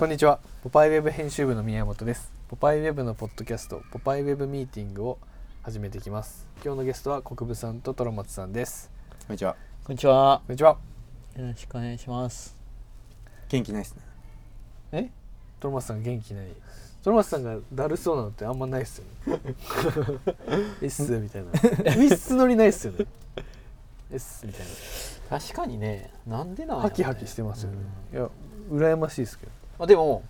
こんにちは。ポパイウェブ編集部の宮本です。ポパイウェブのポッドキャストポパイウェブミーティングを始めていきます。今日のゲストは国分さんとトロマツさんです。 こんにちは。 こんにちは。 こんにちは。 よろしくお願いします。 元気ないっすね。 トロマツさん元気ない。トロマツさんがだるそうなのってあんまないっすよね。エッスみたいな。ウィッスノリないっすよね。エッスみたいな。 確かにね、なんでなんやろね。 ハキハキしてますよね。いや羨ましいですけど。 でも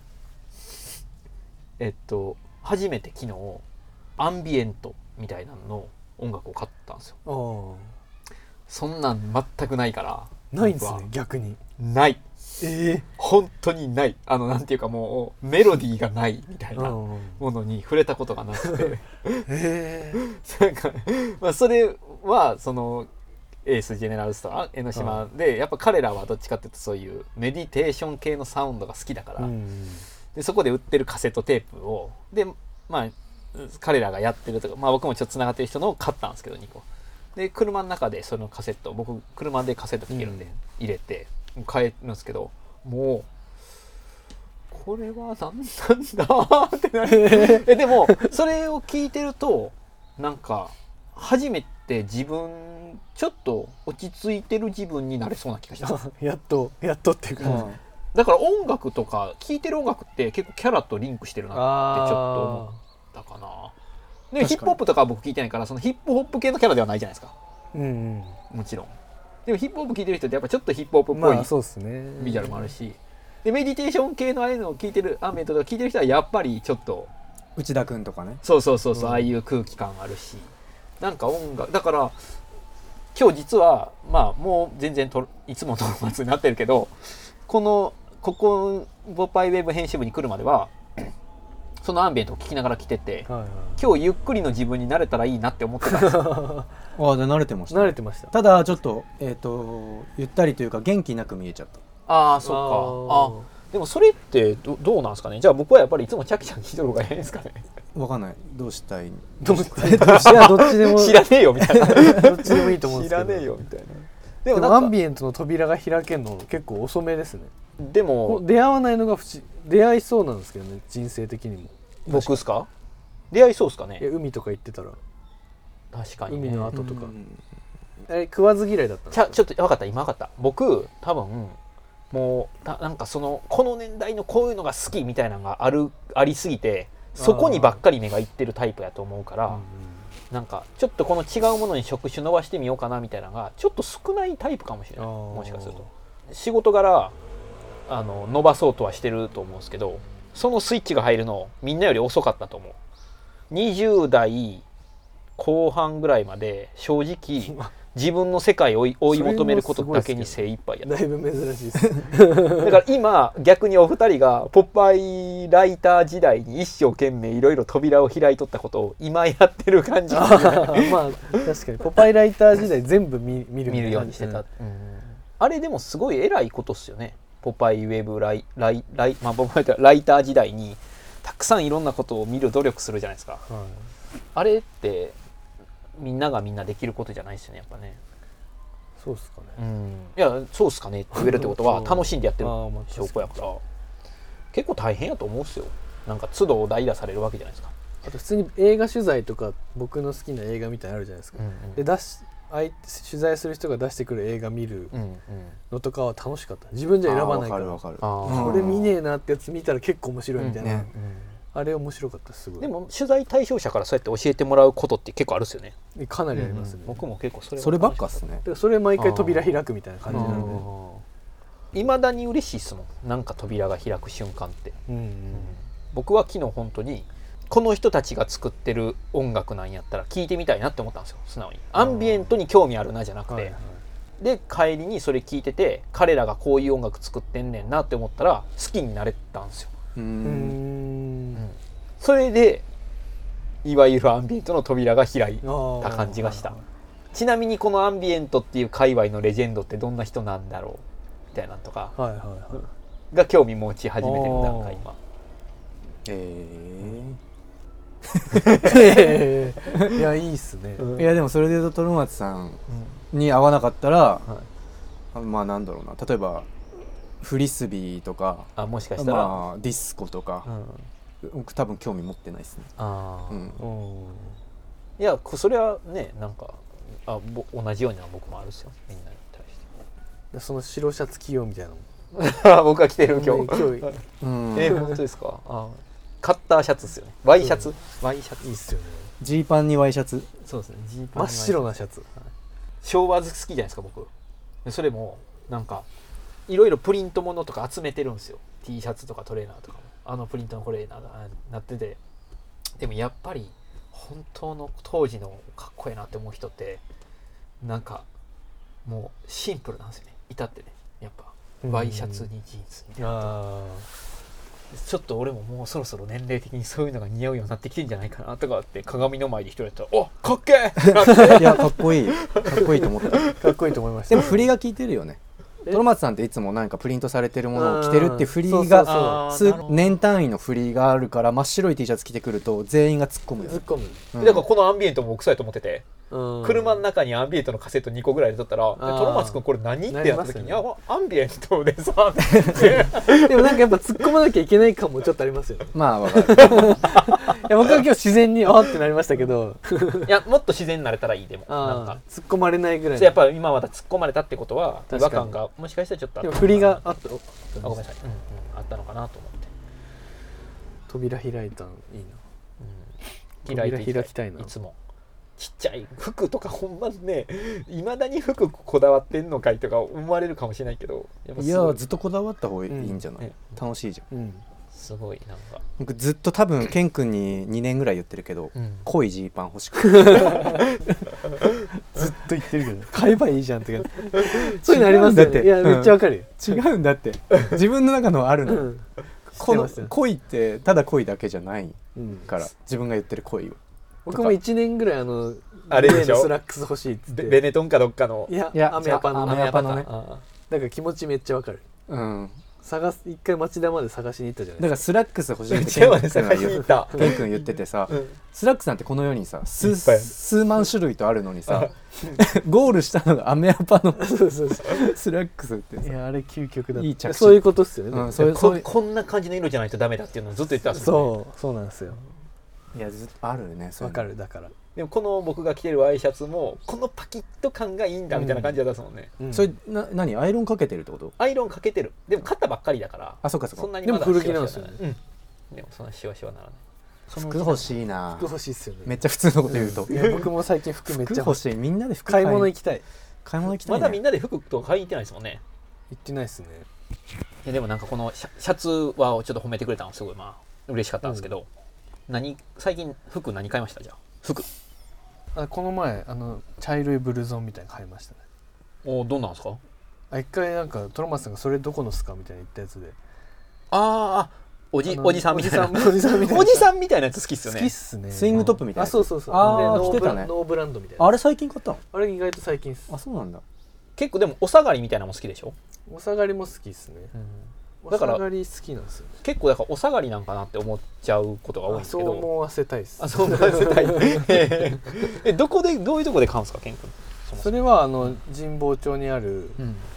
初めて昨日アンビエントみたいなの音楽を買ったんですよ。そんなん全くないからないんですね。逆にない。本当にない。なんていうかもうメロディーがないみたいなものに触れたことがなくてなんか、まあ、それはそのエースジェネラルストア江ノ島でやっぱ彼らはどっちかっていうとそういうメディテーション系のサウンドが好きだから、でそこで売ってるカセットテープをでまあ彼らがやってるとか、まあ、僕もちょっとつながってる人のを買ったんですけど2個で車の中でそのカセット僕車でカセット聴けるんで入れて帰るんですけど、もうこれは何なんだってなるでもそれを聞いてるとなんか初めて自分ちょっと落ち着いてる自分になれそうな気がしたやっとっていうか、 だから音楽とか聴いてる音楽って結構キャラとリンクしてるなってちょっと思ったかな。でヒップホップとかは僕聴いてないからそのヒップホップ系のキャラではないじゃないですか、もちろん。でもヒップホップ聴いてる人ってやっぱちょっとヒップホップっぽいビジュアルもあるし、でメディテーション系のああいうのを聴いてるアンビエントとか聴いてる人はやっぱりちょっと内田くんとかね。 そう、ああいう空気感あるし、なんか音楽だから今日実はまあもう全然いつもトロマツになってるけどここポパイウェブ編集部に来るまではそのアンビエントを聞きながら来てて、今日ゆっくりの自分になれたらいいなって思ってたんですよ。 慣れてました、 慣れてました。 ただちょっとゆったりというか元気なく見えちゃった。 そっか。でもそれってどうなんですかね。じゃあ僕はやっぱりいつもチャキチャキしてる方がいいんですかね。 わかんない。どうしたいどっちでも知らねえよみたいな。 どっちでもいいと思うんですけど。 知らねえよみたいな。 でもアンビエントの扉が開けるの結構遅めですね。 でも出会わないのが出会いそうなんですけどね、人生的にも。 僕っすか？出会いそうっすかね。 海とか行ってたら確かに、ね、 海の後とか食わず嫌いだったんですか？ ちょっと分かった僕多分もうなんかこの年代のこういうのが好きみたいなのがありすぎてそこにばっかり目がいってるタイプやと思うから、なんかちょっとこの違うものに触手伸ばしてみようかなみたいなのがちょっと少ないタイプかもしれない。もしかすると仕事柄伸ばそうとはしてると思うんですけど、そのスイッチが入るのみんなより遅かったと思う。20代後半ぐらいまで正直自分の世界を追い求めることだけに精一杯やった。 だいぶ珍しいですだから今逆にお二人がポパイライター時代に一生懸命いろいろ扉を開いとったことを今やってる感じ。 まあ確かにポパイライター時代全部見るようにしてた、あれでもすごい偉いことっすよね。ポパイウェブライター時代にたくさんいろんなことを見る努力するじゃないですか、あれってみんながみんなできることじゃないですよね、やっぱね。 そうっすかね、 いやそうっすかねって言えるってことは楽しんでやってる証拠やから結構大変やと思うっすよ。なんか都度代打されるわけじゃないですか。 あと普通に映画取材とか僕の好きな映画みたいなのあるじゃないですか、で取材する人が出してくる映画見るのとかは楽しかった。自分じゃ選ばないからこれ見ねえなってやつ見たら結構面白いみたいな、あれ面白かった。すごい。 でも取材対象者からそうやって教えてもらうことって結構あるっすよね。 かなりありますね、 僕も結構そればっかっすね。 それ毎回扉開くみたいな感じなんでいまだに嬉しいっすもん、なんか扉が開く瞬間って、僕は昨日本当にこの人たちが作ってる音楽なんやったら聴いてみたいなって思ったんですよ。素直にアンビエントに興味あるなじゃなくて、で帰りにそれ聞いてて彼らがこういう音楽作ってんねんなって思ったら好きになれたんですよ。それでいわゆるアンビエントの扉が開いた感じがした。ちなみにこのアンビエントっていう界隈のレジェンドってどんな人なんだろうみたいなとかが興味持ち始めてる段階今。 いやいいっすね、 いやでもそれで言うとトロマツさんに合わなかったら、まあなんだろうな、例えばフリスビーとかもしかしたら、 まあ、ディスコとか、僕多分興味持ってないですね。 いやそれはねなんか同じような僕もあるんですよみんなに対して。 その白シャツ着ようみたいなの僕が着てる今日本当ですか。カッターシャツですよね。ワイシャツ、ワイシャツいいっすよね。 ジーパンにワイシャツ。 そうですね。 真っ白なシャツ。 昭和好きじゃないですか僕。それもなんかいろいろプリントものとか集めてるんですよ。 T シャツとかトレーナーとかもプリントのトレーナーがなってて、でもやっぱり本当の当時のかっこいいなって思う人ってなんかもうシンプルなんですよね。至ってねやっぱワイシャツにジーンズみたいな、ちょっと俺ももうそろそろ年齢的にそういうのが似合うようになってきてんじゃないかなとかって鏡の前で一人やったらおかっけーいやかっこいいと思った。 かっこいいと思いました。 でも振りが効いてるよね。トロマツさんっていつもなんかプリントされてるものを着てるって振りが年単位の振りがあるから、真っ白い T シャツ着てくると全員が突っ込む。 だからこのアンビエントも臭いと思ってて、車の中にアンビエントのカセット2個ぐらいで撮ったらトロマツ君これ何ってやった時にアンビエントでさでもなんかやっぱ突っ込まなきゃいけない感もちょっとありますよね。 まあわかる。いや僕は今日自然にってなりましたけどいやもっと自然になれたらいい。でもなんか突っ込まれないぐらいやっぱり今まだ突っ込まれたってことは違和感がもしかしたらちょっとあった。 でも振りがあったごめんなさい、あったのかなと思って。 扉開いたんいいな、開きたいな。 いつもちっちゃい服とかほんまねいまだに服こだわってんのかいとか思われるかもしれないけど、 いやずっとこだわった方がいいんじゃない、楽しいじゃん、 すごいなんか僕ずっと多分ケン君に2年ぐらい言ってるけど、濃いジーパン欲しくずっと言ってるけど買えばいいじゃんってそういうのありますよね。いやめっちゃわかるよ。 違うんだって自分の中のあるの、この恋ってただ恋だけじゃないから、自分が言ってる恋を。 僕も1年ぐらいあれでしょ、 スラックス欲しいっつってベネトンかどっかの、 いやアメアパのね。だから気持ちめっちゃわかる。一回町田まで探しに行ったじゃないですか。 だからスラックス欲しいってケン君言っててさ、スラックスなんてこの世にさ数万種類とあるのにさゴールしたのがアメアパのスラックスってさ、 いやあれ究極だった。 いい着地。 そういうことっすよね。 こんな感じの色じゃないとダメだっていうのをずっと言ってたんですよね。そうなんですよ。 いやずっとあるね。 わかる。だからでもこの僕が着てるワイシャツもこのパキッと感がいいんだみたいな感じで出すもんね。 それ何アイロンかけてるってこと？ アイロンかけてる。でも買ったばっかりだから。 あ、そうかそうか。 そんなにまだでも古着なんですよね。 でもそんなシワシワならない。 服欲しいな。 服欲しいっすよね。 めっちゃ普通のこと言うと。 いや僕も最近服めっちゃ欲しい。みんなで服買い物行きたい。 まだみんなで服とか買いに行ってないですもんね。 行ってないっすね。 でもなんかこのシャツはちょっと褒めてくれたのすごい嬉しかったんですけど、最近服何買いました？じゃあ服。 この前茶色いブルゾンみたいに買いましたね。 どんなんですか？ 一回なんかトロマスさんがそれどこのすかみたいな言ったやつで、 おじさんみたいなおじさんみたいなやつ好きっすよね。 好きっすね。 スイングトップみたいな。 そう着てたね。ノーブランドみたいな。 あれ最近買ったの？ あれ意外と最近っす。 あ、そうなんだ。 結構でもお下がりみたいなのも好きでしょ？ お下がりも好きっすね。だからお下がり好きなんですよね。 結構だからお下がりなんかなって思っちゃうことが多いんですけど。 そう思わせたいっす。 そう思わせたい。どういうとこで買うんですか、ケン君？ それは神保町にある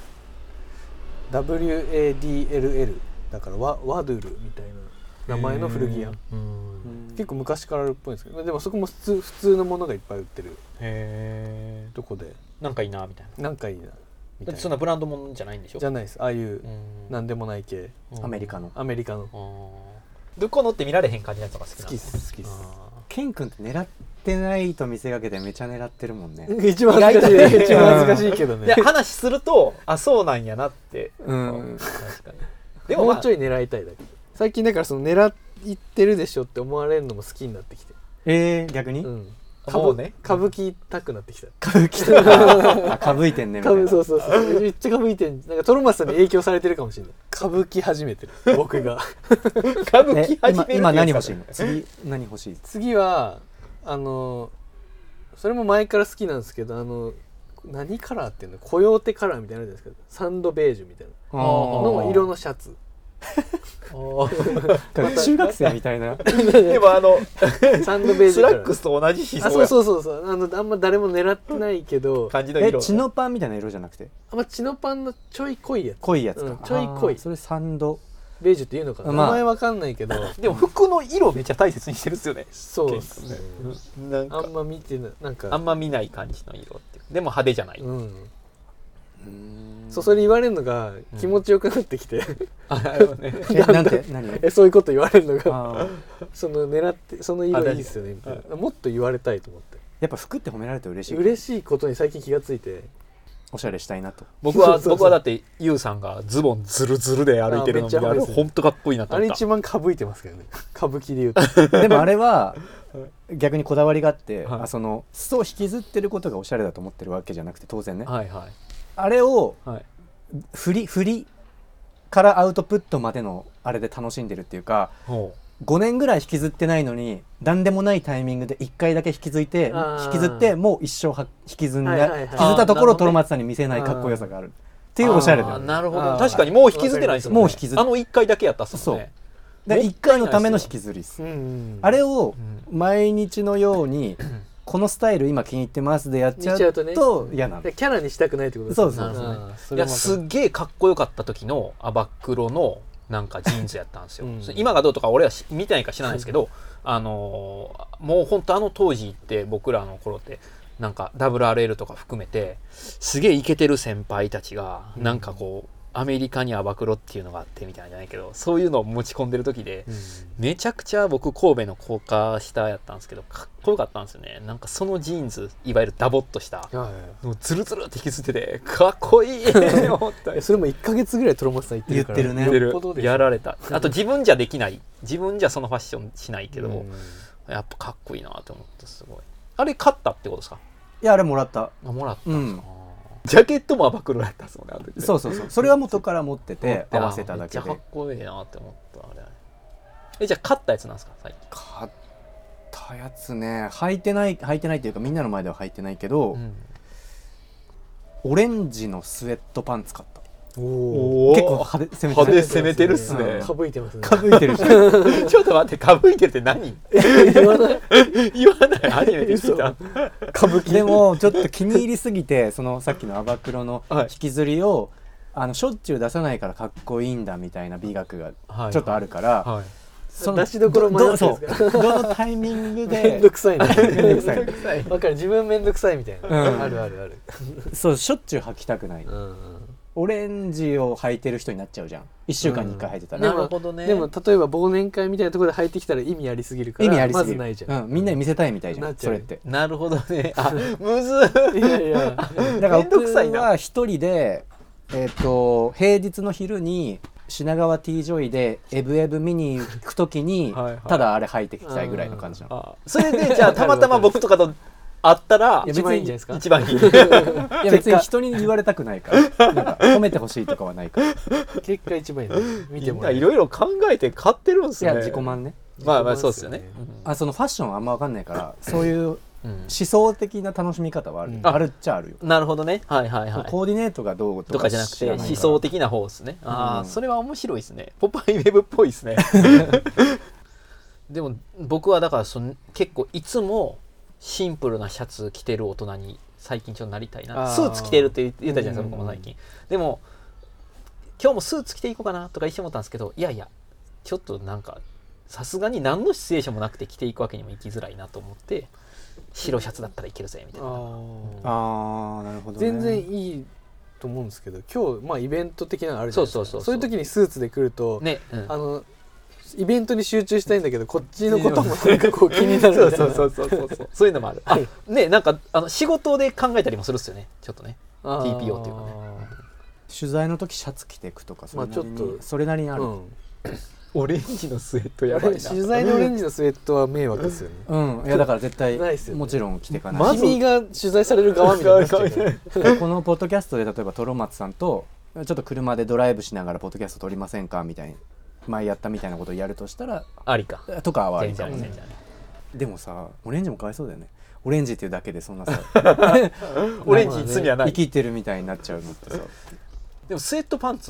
WADLL だからワドゥルみたいな名前の古着屋。結構昔からあるっぽいんですけど、でもそこも普通のものがいっぱい売ってるとこで、 なんかいいなみたいな。 なんかいいな。 だってそんなブランドもんじゃないんでしょ？ じゃないです。ああいうなんでもない系。 アメリカの。 どこのって見られへん感じのやつが好きなんです。 好きっす。 ケン君って狙ってないと見せかけてめちゃ狙ってるもんね。 一番恥ずかしいけどね。 話するとそうなんやなって。確かに。 でももうちょい狙いたいだけ。最近だからその狙ってるでしょって思われるのも好きになってきて。 逆に？ 歌舞伎たくなってきた。 歌舞伎かぶいてんねみたいな。 そうめっちゃかぶいてん。なんかトロマスさんに影響されてるかもしれない。歌舞伎始めてる僕が。 歌舞伎始めてる。 今何欲しいの？次何欲しい？ 次はそれも前から好きなんですけど何カラーっていうの？コヨーテカラーみたいなのあるじゃないですか。サンドベージュみたいなの色のシャツ。 中学生みたいなでもサンドベージスラックスと同じ思想や。 そうあんま誰も狙ってないけど感じの色。 チノパンみたいな色じゃなくてチノパンのちょい濃いやつ。 濃いやつか、 ちょい濃い。 それサンドベージュっていうのかな、名前わかんないけどでも服の色めっちゃ大切にしてるっすよね。 そうですね。 なんかあんま見てなんかあんま見ない感じの色ってでも派手じゃない。 そうそれ言われるのが気持ちよくなってきて、 なんて何そういうこと言われるのがその狙ってその色いいっすよねみたいな、もっと言われたいと思って。 やっぱ服って褒められて嬉しいことに最近気がついて、 おしゃれしたいなと。 僕はだってユウさんがズボンズルズルで歩いてるの見て本当かっこいいなと思った。 あれ一番かぶいてますけどね、歌舞伎で言うと。 でもあれは逆にこだわりがあって、その裾を引きずってることがおしゃれだと思ってるわけじゃなくて、当然ね、あれを振りからアウトプットまでのあれで楽しんでるっていうか、5年ぐらい引きずってないのに何でもないタイミングで1回だけ引きずってもう一生引きずったところをトロマツさんに見せないかっこよさがあるっていうおしゃれだよね。 なるほど。確かにもう引きずってないですもんね。もう引きずって1回だけやったっすもんね。 で1回のための引きずりです。あれを毎日のようにこのスタイル今気に入ってますでやっちゃうと嫌なんだ。 キャラにしたくないってことですね。 そういやすっげえかっこよかった時のアバクロのなんかジーンズやったんですよ。今がどうとか俺は見てないか知らないですけど、もう本当当時って僕らの頃ってなんか WRL とか含めてすげえイケてる先輩たちがなんかこうアメリカにアバクロっていうのがあってみたいなんじゃないけど、そういうのを持ち込んでる時で、めちゃくちゃ僕神戸の高架下やったんですけどかっこよかったんですよね。なんかそのジーンズいわゆるダボっとしたもうズルズルって引きずっててかっこいいって思ったそれも1ヶ月ぐらいトロマツさん言ってるね。やられた。あと自分じゃできない、自分じゃそのファッションしないけど、やっぱかっこいいなと思って。すごい。あれ買ったってことですか？ いやあれもらった。 もらったんですか？ジャケットもアバクロやったっすもんね。 そうそれは元から持ってて合わせただけで。 めっちゃかっこいいなって思った。あれじゃあ買ったやつなんですか？最近買ったやつね、履いてないっていうかみんなの前では履いてないけど、オレンジのスウェットパンツ買った。結構派手攻めてるっすね。 かぶいてますね。 かぶいてるしちょっと待って、かぶいてるって何？言わない初めて聞いた。 歌舞伎でもちょっと気に入りすぎて、そのさっきのアバクロの引きずりをしょっちゅう出さないからかっこいいんだみたいな美学がちょっとあるから、 出しどころ迷ってるんですか？ どのタイミングでめんどくさいね。わかる、自分めんどくさいみたいな。ある。 そうしょっちゅう履きたくない。オレンジを履いてる人になっちゃうじゃん。1週間に1回履いてたら。 なるほどね。 でも例えば忘年会みたいなところで履いてきたら意味ありすぎるからまずないじゃん。 みんなに見せたいみたいじゃん。それって。 なるほどね。あ、むずい。 いやだから僕は一人で平日の昼に品川 T ジョイでエブエブ見に行くときにただあれ履いてきたいぐらいの感じなの。 それでじゃあたまたま僕とかとあったら一番いいんじゃないですか？ 一番いい。いや別に人に言われたくないから、なんか褒めてほしいとかはないから。 結果一番いい。 見てもらいろいろ考えて買ってるんですね。 いや自己満ね。 まあそうですよね。 そのファッションはあんま分かんないから、そういう思想的な楽しみ方はあるっちゃあるよ。 なるほどね。はい。コーディネートがどうとかじゃなくて思想的な方ですね。ああ、それは面白いですね。ポパイウェブっぽいですね。でも僕はだから結構いつもシンプルなシャツ着てる大人に最近ちょっとなりたいな。スーツ着てるって言ったじゃないですか、僕も最近。でも今日もスーツ着ていこうかなとか一瞬思ったんですけど、いやちょっとなんかさすがに何のシチュエーションもなくて着ていくわけにもいきづらいなと思って、白シャツだったらいけるぜみたいな。 なるほどね。 全然いいと思うんですけど、今日イベント的なのあるじゃないですか。そういう時にスーツで来るとね、イベントに集中したいんだけどこっちのこともなんかこう気になるみたいな。 そういうのもある。ね、なんか仕事で考えたりもするっすよね、ちょっとね。TPO っていうかね。 取材の時シャツ着ていくとかちょっとそれなりにある。 オレンジのスウェットやばいな。 取材のオレンジのスウェットは迷惑ですよね。 いやだから絶対もちろん着ていかない。 君が取材される側みたいな。 このポッドキャストで例えばトロマツさんとちょっと車でドライブしながらポッドキャスト撮りませんかみたいに前やったみたいなことをやるとしたらありかとかはありかもね。でもさ、オレンジもかわいそうだよね。オレンジっていうだけでそんなさオレンジに罪はない、 生きてるみたいになっちゃうのってさ。 でもスウェットパンツ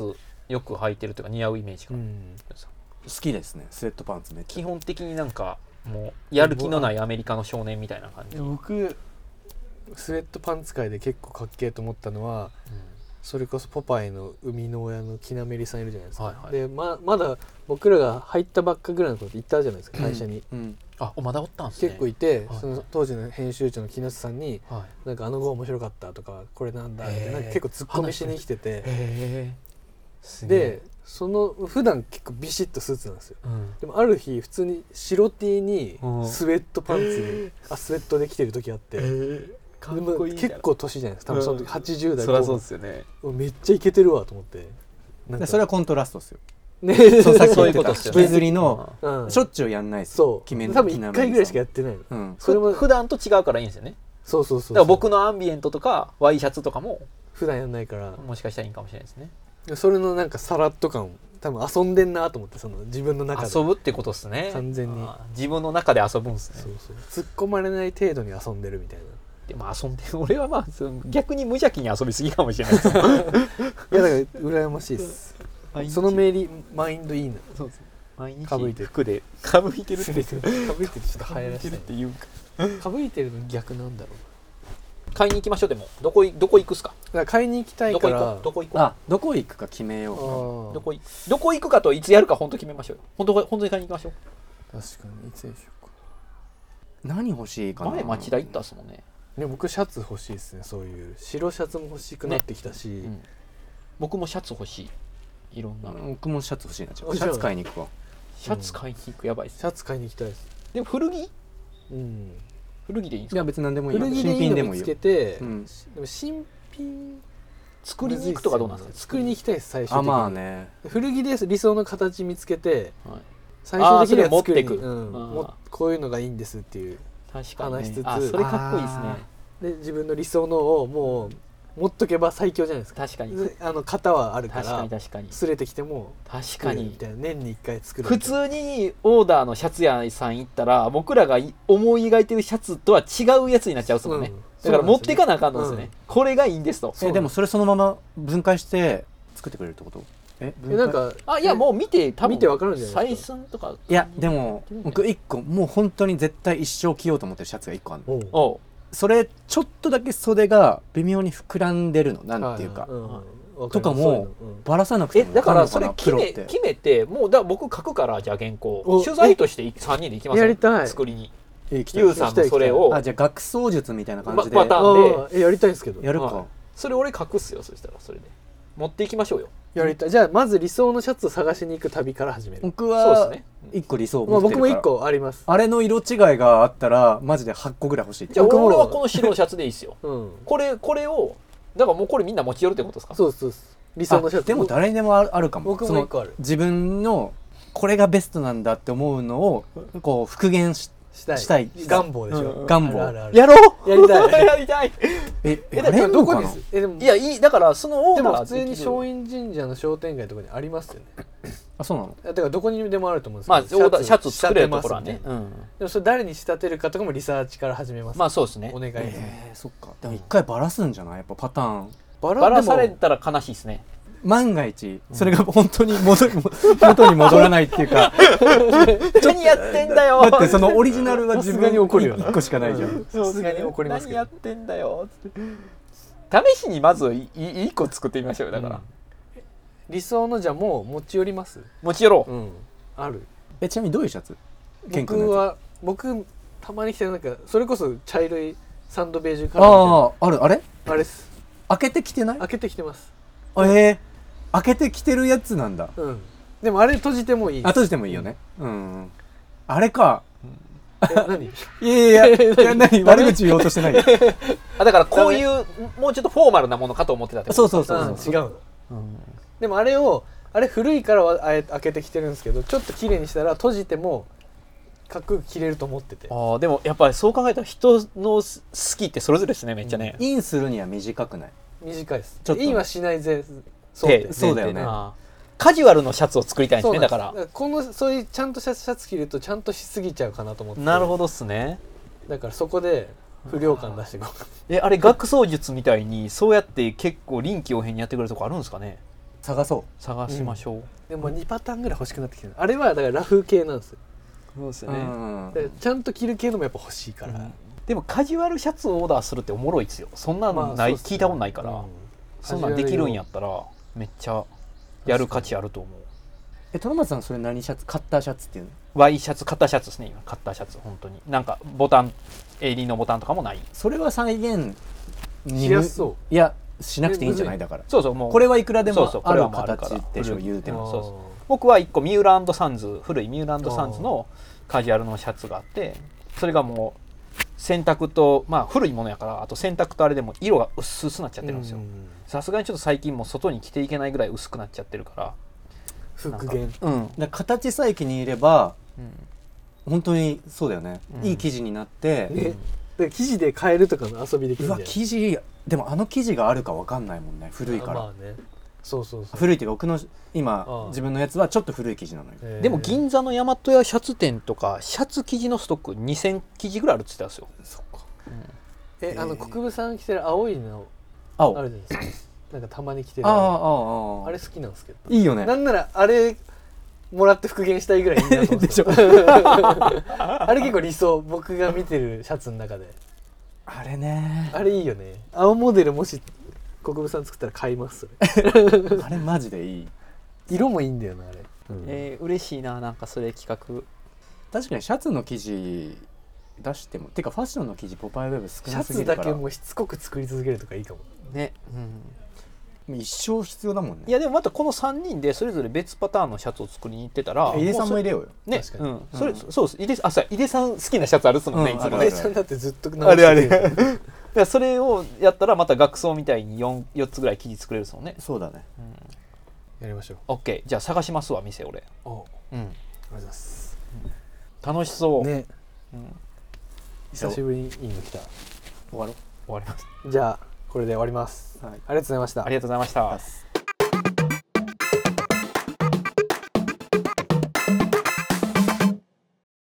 よく履いてるというか似合うイメージが、 好きですねスウェットパンツ。めっちゃ基本的になんかもうやる気のないアメリカの少年みたいな感じ。 僕スウェットパンツ界で結構かっけえと思ったのは、それこそポパイの生みの親のキナメリさんいるじゃないですか、で まだ僕らが入ったばっかぐらいの頃って行ったじゃないですか会社に、 あまだおったんですね。 結構いて、その当時の編集長の木下さんに、なんかあの号面白かったとかこれなんだってなんか結構ツッコミしに来てて、でその普段結構ビシッとスーツなんですよ、でもある日普通に白 T にスウェットパンツスウェットで着てる時あって、かっこいい結構年じゃないですか多分その時80代そりゃそうですよね。 めっちゃイケてるわと思って、 なんかそれはコントラストですよね、 そういうことですよね。引きずりのしょっちゅうやんないですよ。 多分1回ぐらいしかやってないの、 それも普段と違うからいいんですよね。 そうだから僕のアンビエントとかワイシャツとかも普段やんないからもしかしたらいいかもしれないですね。 それのなんかさらっと感多分遊んでんなと思って、その自分の中で遊ぶってことですね。 完全に自分の中で遊ぶんですね。 突っ込まれない程度に遊んでるみたいな。 でも遊んで俺はまあ逆に無邪気に遊びすぎかもしれないですいやだから羨ましいですそのマインドいいな。そうです。 毎日かぶいてる服でかぶいてるってかぶいてるちょっと流行らせてっていうかかぶいてるの逆なんだろう。買いに行きましょう。でもどこ行くっすか。 だから買いに行きたいからどこ行くか決めよう。 どこ行くかといつやるか本当決めましょうよ。本当に買いに行きましょう。 確かにいつでしょうか。 何欲しいかな。 前町田行ったっすもんね。 でも僕シャツ欲しいですね。そういう白シャツも欲しくなってきたし、 僕もシャツ欲しい。いろんな僕もシャツ欲しいな。シャツ買いに行くわ。 シャツ買いに行く。やばいっす。 シャツ買いに行きたいです。 でも古着古着でいいんですか。 いや別に何でもいい。 古着でいいの見つけて、でも新品作りに行くとかどうなんですか。 作りに行きたいです。最終的に。 まあね。 古着で理想の形見つけて、最終的には作りにこういうのがいいんですっていう話しつつ、 それかっこいいですね。 で自分の理想のをもう持っとけば最強じゃないですか。 確かに型はあるから確かに擦れてきても確かにみたいな、年に1回作る。 普通にオーダーのシャツ屋さん行ったら僕らが思い描いてるシャツとは違うやつになっちゃうっすもんね、だから持っていかなあかんのですね、これがいいんですと。 でもそれそのまま分解して作ってくれるってこと？ なんかいやもう見て分かるんじゃないですか。 採寸とか。 いやでも僕1個もう本当に絶対一生着ようと思ってるシャツが1個あるの。それちょっとだけ袖が微妙に膨らんでるの、なんていうかとかもばらさなくても。 だからそれ決めてもう僕書くから、じゃあ原稿取材として3人で行きます。 やりたい。 作りにユウさんのそれをじゃあ学装術みたいな感じでパターンでやりたいんですけど。 やるか。 それ俺書くっすよ。そしたらそれで持っていきましょうよ。 やりたい。じゃあまず理想のシャツを探しに行く旅から始める。 僕は1個理想を持ってるから。 僕も1個あります。 あれの色違いがあったらマジで8個ぐらい欲しい。 じゃあ俺はこの白のシャツでいいっすよこれをだからもうこれみんな持ち寄るってことですか。 そうです。理想のシャツでも誰にでもあるかも。 僕も1個ある。 自分のこれがベストなんだって思うのをこう復元したい願望でしょ。 願望やろう。 やりたいやりたい。 どこです？ いやいい。だからそのオーダーでも普通に松陰神社の商店街とかにありますよね。 あ、そうなの？ だからどこにでもあると思うんですけど。まあシャツ作れるところはね。 でもそれ誰に仕立てるかとかもリサーチから始めます。 まあそうですね。 お願い。 そっか。でも一回バラすんじゃない？やっぱパターン。 バラされたら悲しいですね。 万が一それが本当に元に戻らないっていうか何やってんだよ。 だってそのオリジナルは自分に怒るよ。1個しかないじゃん。 さすがに怒りますけど。 何やってんだよ。試しにまず1個作ってみましょう。だから理想のじゃもう持ち寄ります。 持ち寄ろう。 ある。 ちなみにどういうシャツ？ 僕たまに着てるなんかそれこそ茶色いサンドベージュカラーみたいな。 あれです。 開けてきてない？ 開けてきてます。 開けてきてるやつなんだ。 でもあれ閉じてもいい。 閉じてもいいよね。あれか。 何？ いや何悪口言おうとしてない。 だからこういうもうちょっとフォーマルなものかと思ってたってこと。 そう違う。でもあれ古いから開けてきてるんですけど、ちょっと綺麗にしたら閉じてもかっこよく着れると思ってて。 でもやっぱりそう考えたら人の好きってそれぞれですね。めっちゃね。 インするには短くない？ 短いです。インはしないぜ。 そうだよね。 カジュアルのシャツを作りたいんですね。だからそういうちゃんとシャツ着るとちゃんとしすぎちゃうかなと思って。 なるほどっすね。 だからそこで不良感出していこう。 あれ学装術みたいにそうやって結構臨機応変にやってくれるとこあるんですかね。 探しましょう、 でも2パターンぐらい欲しくなってきてる。あれはだからラフ系なんですよ。 そうですよね、 ちゃんと着る系のもやっぱ欲しいから、 でもカジュアルシャツをオーダーするっておもろいですよ。そんなのない、聞いたことないから、そんなんできるんやったらめっちゃやる価値あると思う。 トロマツさんそれ何シャツ？カッターシャツっていうの？ ワイシャツ、カッターシャツですね。今カッターシャツ、本当になんかボタン、襟のボタンとかもない。 それは再現しやすそう。 いやしなくていいんじゃない？だからそうもうこれはいくらでもある形でしょ言うても。 そう僕は1個ミューランドサンズ、古いミューランドサンズのカジュアルのシャツがあって、それがもう洗濯と、まあ古いものやから、あと洗濯とあれでも色が薄々なっちゃってるんですよ。さすがにちょっと最近も外に着ていけないぐらい薄くなっちゃってるから、 復元、 だ形さえ気に入れば、本当にそうだよね、いい生地になって、 で生地で買えるとかの遊びできるんだよ。 生地でもあの生地があるか分かんないもんね、古いから。 まあね、そう古いっていうか僕の今自分のやつはちょっと古い生地なのよ。 でも銀座の大和屋シャツ店とかシャツ生地のストック2000生地ぐらいあるって言ってたんですよ。 そっか、国分さん着てる青いのあるじゃないですか。なんかたまに着てるあれ好きなんですけど。 いいよね。 なんならあれもらって復元したいぐらいいいなと思ってでしょあれ結構理想、僕が見てるシャツの中で。 あれね、 あれいいよね。青モデルもし国分さん作ったら買いますそれあれマジでいい。 色もいいんだよなあれ、嬉しいな。なんかそれ企画。 確かにシャツの生地出しても、てかファッションの生地ポパイウェブ少なすぎるから、 シャツだけもうしつこく作り続けるとかいいかもね。 一生必要だもんね。 いやでもまたこの3人でそれぞれ別パターンのシャツを作りに行ってたら、 井出さんも入れようよね。そうです。井出さん好きなシャツあるっすもんね。 井出さんだってずっとあれそれをやったらまた額装みたいに 4つぐらい生地作れるっすもんね。 そうだね、 やりましょう。 OK、 じゃあ探しますわ、店。俺ありがとうございます。 楽しそうね。 久しぶりにいいの来た。 終わります。 じゃあこれで終わります。ありがとうございました。 ありがとうございました。